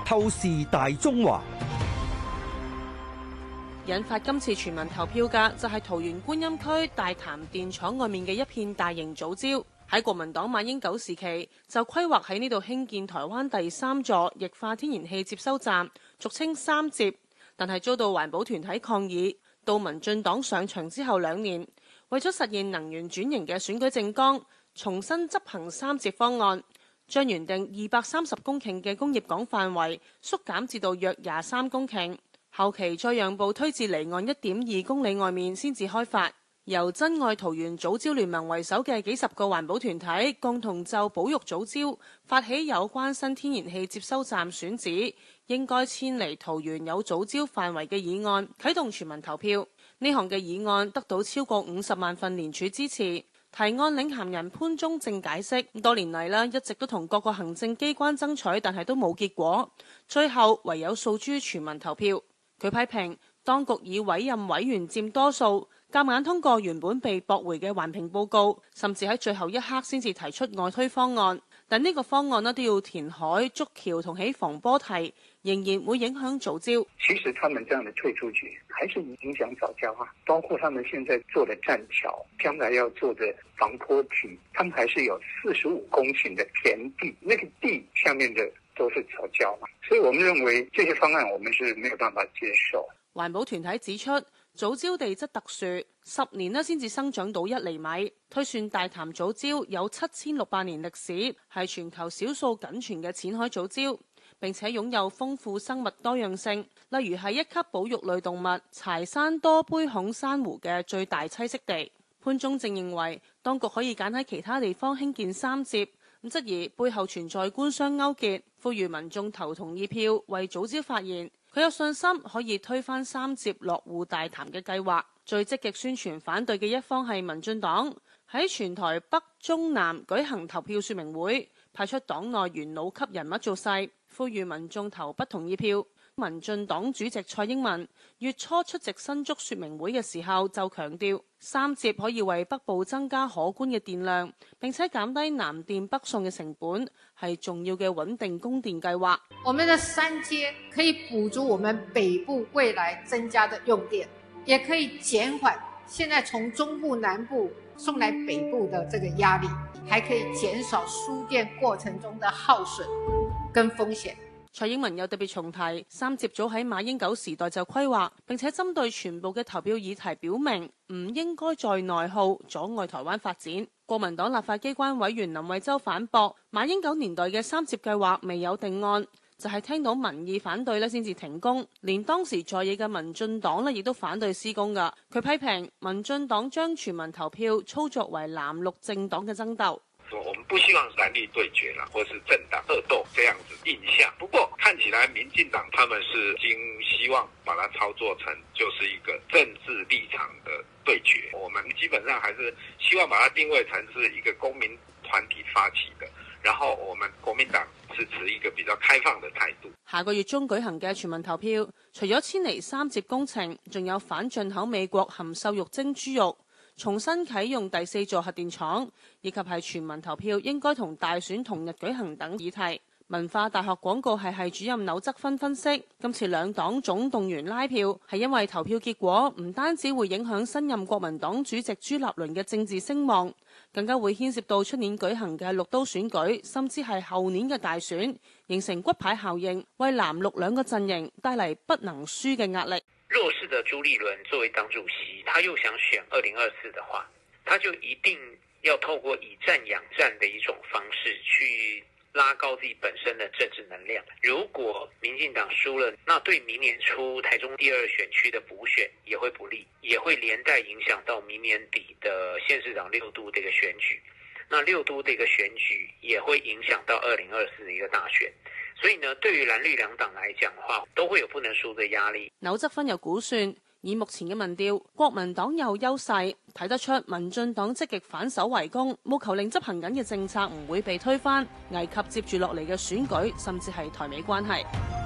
透視大中華。 引發今次全民投票嘅就係桃園觀音區大潭電廠外面嘅一片大型藻礁。喺國民黨馬英九時期就規劃喺呢度興建台灣第3座液化天然氣接收站，俗稱三接，但係遭到環保團體抗議。到民進黨上場之後2年，為咗實現能源轉型嘅選舉政綱，重新執行三接方案，將原定230公頃嘅工業港範圍縮減至到約23公頃，後期再讓步推至離岸1.2公里外面先至開發。由珍愛桃園藻礁聯盟為首嘅幾十個環保團體共同就保育藻礁發起有關新天然氣接收站選址應該遷離桃園有藻礁範圍嘅議案，啟動全民投票。呢項嘅議案得到超過50萬份聯署支持。提案領銜人潘忠正解釋，多年嚟啦，一直都同各個行政機關爭取，但係都冇結果，最後唯有訴諸全民投票。佢批評當局以委任委員佔多數，夾硬通過原本被駁回嘅環評報告，甚至喺最後一刻先至提出外推方案。但呢個方案都要填海、築橋同起防波堤，仍然會影響藻礁。 其實他們這樣的退出去，還是影響藻礁啊！包括他們現在做的棧橋，將來要做的防波堤，他們還是有45公頃的田地，那個地下面的都是藻礁嘛。所以我們認為這些方案我們是沒有辦法接受。 環保團體指出，藻礁地質特殊，10年先至生長到1厘米。推算大潭藻礁有7600年歷史，係全球少數僅存嘅淺海藻礁，並且擁有豐富生物多樣性，例如係一級保育類動物柴山多杯孔珊瑚嘅最大棲息地。潘忠正認為，當局可以揀喺其他地方興建三接，質疑背後存在官商勾結，呼籲民眾投同意票為藻礁發言。佢有信心可以推翻三接落戶大潭嘅計劃。最積極宣傳反對嘅一方係民進黨，喺全台北中南舉行投票說明會，派出黨內元老級人物做勢，呼籲民眾投不同意票。民進黨主席蔡英文月初出席新竹說明會嘅時候就強調，三接可以為北部增加可觀嘅電量，並且減低南電北送嘅成本，係重要嘅穩定供電計劃。 我們的三接可以補足我們北部未來增加的用電，也可以減緩現在從中部南部送來北部的這個壓力，還可以減少輸電過程中的耗損跟風險。 蔡英文又特別重提，三接早喺馬英九時代就規劃，並且針對全部嘅投票議題表明，唔應該在內耗阻礙台灣發展。國民黨立法機關委員林慧洲反駁，馬英九年代嘅三接計劃未有定案，就係聽到民意反對先至停工，連當時在野嘅民進黨亦都反對施工㗎。佢批評民進黨將全民投票操作為藍綠政黨嘅爭鬥。 我們不希望藍綠對決啦，或是政黨惡鬥這樣子印象。不過看起來民進黨他們是經希望把它操作成就是一個政治立場的對決。我們基本上還是希望把它定位成是一個公民團體發起的，然後我們國民黨是持一個比較開放的態度。 下個月中舉行嘅全民投票，除咗遷離三接工程，仲有反進口美國含瘦肉精豬肉，重新啟用第4座核電廠，以及係全民投票應該同大選同日舉行等議題。文化大學廣告系主任柳則芬分析，今次兩黨總動員拉票，係因為投票結果唔單止會影響新任國民黨主席朱立倫嘅政治聲望，更加會牽涉到出年舉行嘅6都選舉，甚至係後年嘅大選，形成骨牌效應，為藍綠兩個陣營帶嚟不能輸嘅壓力。 弱勢的朱立倫作為黨主席，他又想選2024的話，他就一定要透過以戰養戰的一種方式去拉高自己本身的政治能量。如果民進黨輸了，那對明年初台中第2選區的補選也會不利，也會連帶影響到明年底的縣市長6都的一個選舉。那6都的一個選舉也會影響到2024的一個大選。所以呢，對於藍綠兩黨來講的話，都會有不能輸的壓力。 柳則芬又估算，以目前嘅民調，國民黨有優勢，睇得出民進黨積極反守為攻，務求令執行緊嘅政策唔會被推翻，危及接住落嚟嘅選舉，甚至係台美關係。